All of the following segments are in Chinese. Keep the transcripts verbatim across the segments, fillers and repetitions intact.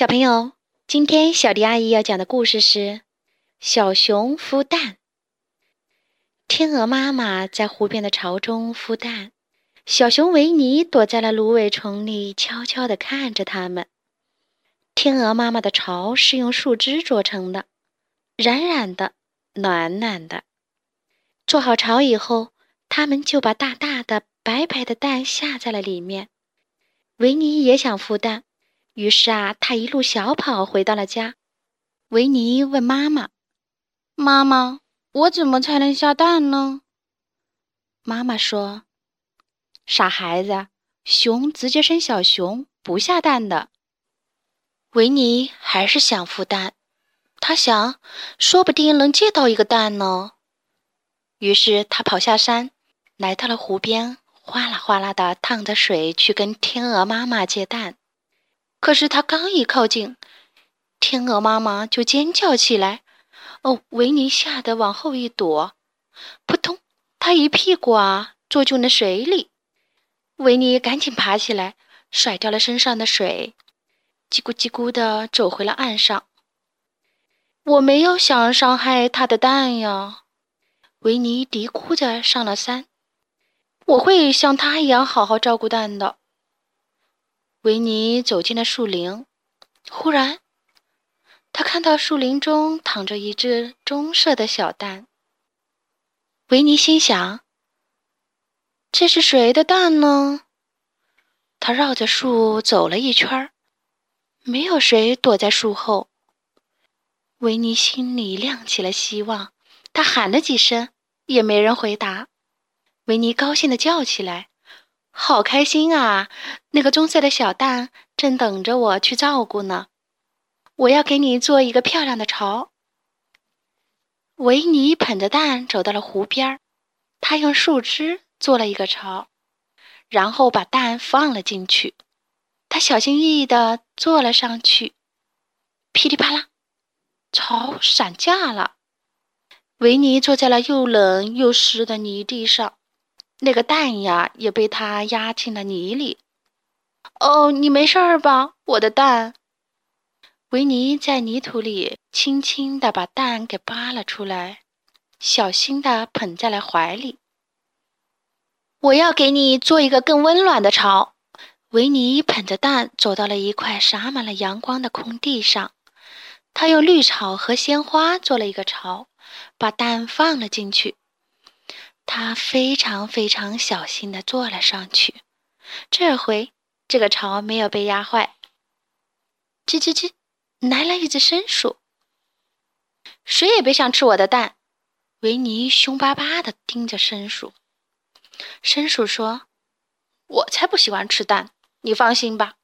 小朋友，今天小迪阿姨要讲的故事是小熊孵蛋。天鹅妈妈在湖边的巢中孵蛋，小熊维尼躲在了芦苇丛里，悄悄地看着它们。天鹅妈妈的巢是用树枝做成的，软软的，暖暖的。做好巢以后，它们就把大大的、白白的蛋下在了里面。维尼也想孵蛋，于是啊，他一路小跑回到了家。维尼问妈妈：“妈妈，我怎么才能下蛋呢？”妈妈说：“傻孩子，熊直接生小熊，不下蛋的。”维尼还是想孵蛋，他想，说不定能借到一个蛋呢。于是他跑下山，来到了湖边，哗啦哗啦地淌着水去跟天鹅妈妈借蛋。可是他刚一靠近，天鹅妈妈就尖叫起来。哦，维尼吓得往后一躲，扑通，他一屁股啊坐进了水里。维尼赶紧爬起来，甩掉了身上的水，叽咕叽咕地走回了岸上。我没有想伤害他的蛋呀，维尼嘀咕着上了山。我会像他一样好好照顾蛋的。维尼走进了树林，忽然他看到树林中躺着一只棕色的小蛋。维尼心想，这是谁的蛋呢？他绕着树走了一圈，没有谁躲在树后。维尼心里亮起了希望，他喊了几声，也没人回答。维尼高兴地叫起来，好开心啊，那个棕色的小蛋正等着我去照顾呢。我要给你做一个漂亮的巢。维尼捧着蛋走到了湖边，他用树枝做了一个巢，然后把蛋放了进去。他小心翼翼地坐了上去，噼里啪啦，巢散架了。维尼坐在了又冷又湿的泥地上，那个蛋呀也被他压进了泥里。哦，你没事儿吧，我的蛋？维尼在泥土里轻轻地把蛋给扒了出来，小心地捧在了怀里。我要给你做一个更温暖的巢。维尼捧着蛋走到了一块洒满了阳光的空地上，他用绿草和鲜花做了一个巢，把蛋放了进去。他非常非常小心地坐了上去，这回这个巢没有被压坏。吱吱吱，来了一只松鼠。谁也别想吃我的蛋！维尼凶巴巴地盯着松鼠。松鼠说：“我才不喜欢吃蛋，你放心吧。”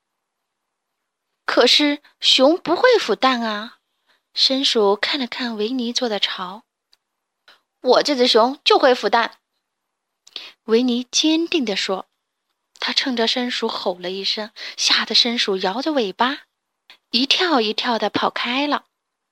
可是熊不会孵蛋啊！松鼠看了看维尼做的巢，我这只熊就会孵蛋。维尼坚定地说。他冲着松鼠吼了一声，吓得松鼠摇着尾巴，一跳一跳地跑开了。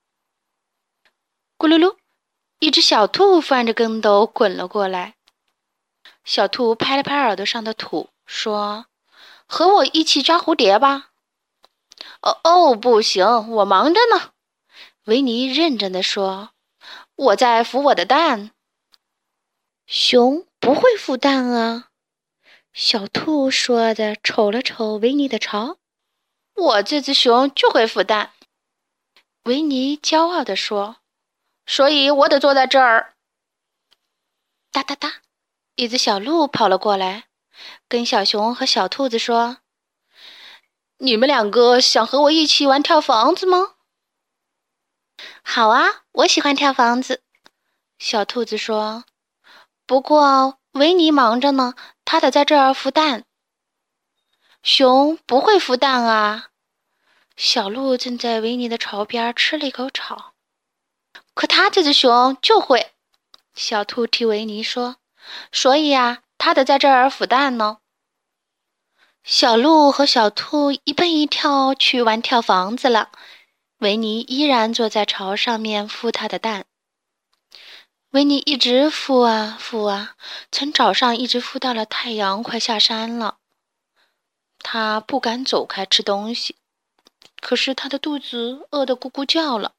咕噜噜，一只小兔翻着跟斗滚了过来。小兔拍了拍耳朵上的土，说：“和我一起抓蝴蝶吧。”哦哦，不行，我忙着呢。维尼认真地说：“我在孵我的蛋。”熊不会孵蛋啊！小兔说着，瞅了瞅维尼的巢。我这只熊就会孵蛋。维尼骄傲地说：“所以我得坐在这儿。”哒哒哒，一只小鹿跑了过来，跟小熊和小兔子说：“你们两个想和我一起玩跳房子吗？”“好啊，我喜欢跳房子。”小兔子说。“不过维尼忙着呢，他得在这儿孵蛋。”“熊不会孵蛋啊！”小鹿正在维尼的巢边吃了一口草。“可他这只熊就会。”小兔替维尼说，“所以啊，他得在这儿孵蛋呢。”小鹿和小兔一蹦一跳去玩跳房子了，维尼依然坐在巢上面孵他的蛋。维尼一直孵啊孵啊，从早上一直孵到了太阳快下山了。他不敢走开吃东西， 可是它的肚子饿得咕咕叫了。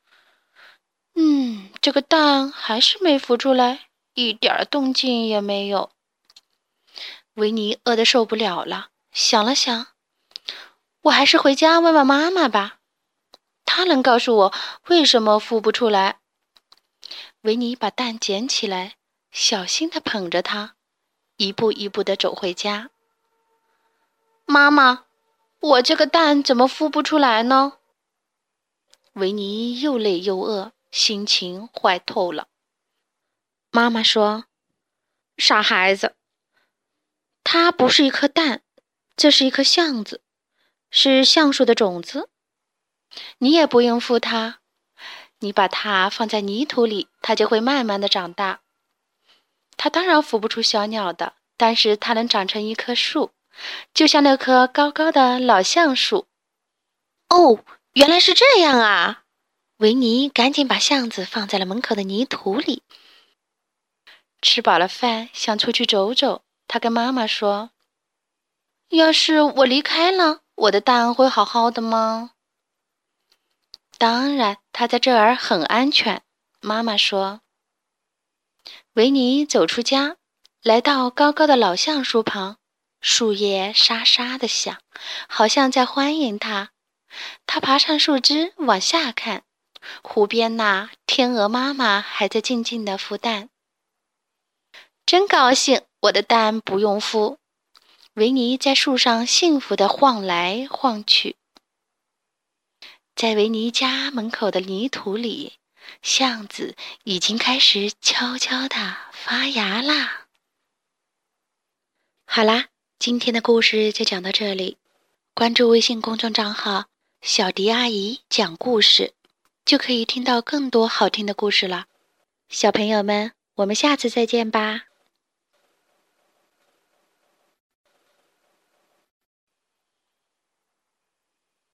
嗯，这个蛋还是没孵出来，一点动静也没有。维尼饿得受不了了，想了想，我还是回家问问妈妈吧，她能告诉我为什么孵不出来。维尼把蛋捡起来，小心地捧着它，一步一步地走回家。妈妈，我这个蛋怎么孵不出来呢？维尼又累又饿，心情坏透了。妈妈说：傻孩子，它不是一颗蛋，这是一颗橡子，是橡树的种子。你也不用孵它，你把它放在泥土里，它就会慢慢的长大。它当然孵不出小鸟的，但是它能长成一棵树，就像那棵高高的老橡树。哦，原来是这样啊！维尼赶紧把橡子放在了门口的泥土里。吃饱了饭，想出去走走，他跟妈妈说：要是我离开了，我的蛋会好好的吗？当然，它在这儿很安全，妈妈说。维尼走出家，来到高高的老橡树旁，树叶沙沙地响，好像在欢迎他。他爬上树枝往下看，湖边那天鹅妈妈还在静静地孵蛋。真高兴，我的蛋不用孵。维尼在树上幸福地晃来晃去。在维尼家门口的泥土里，橡子已经开始悄悄地发芽啦。好啦，今天的故事就讲到这里。关注微信公众账号小迪阿姨讲故事，就可以听到更多好听的故事了。小朋友们，我们下次再见吧。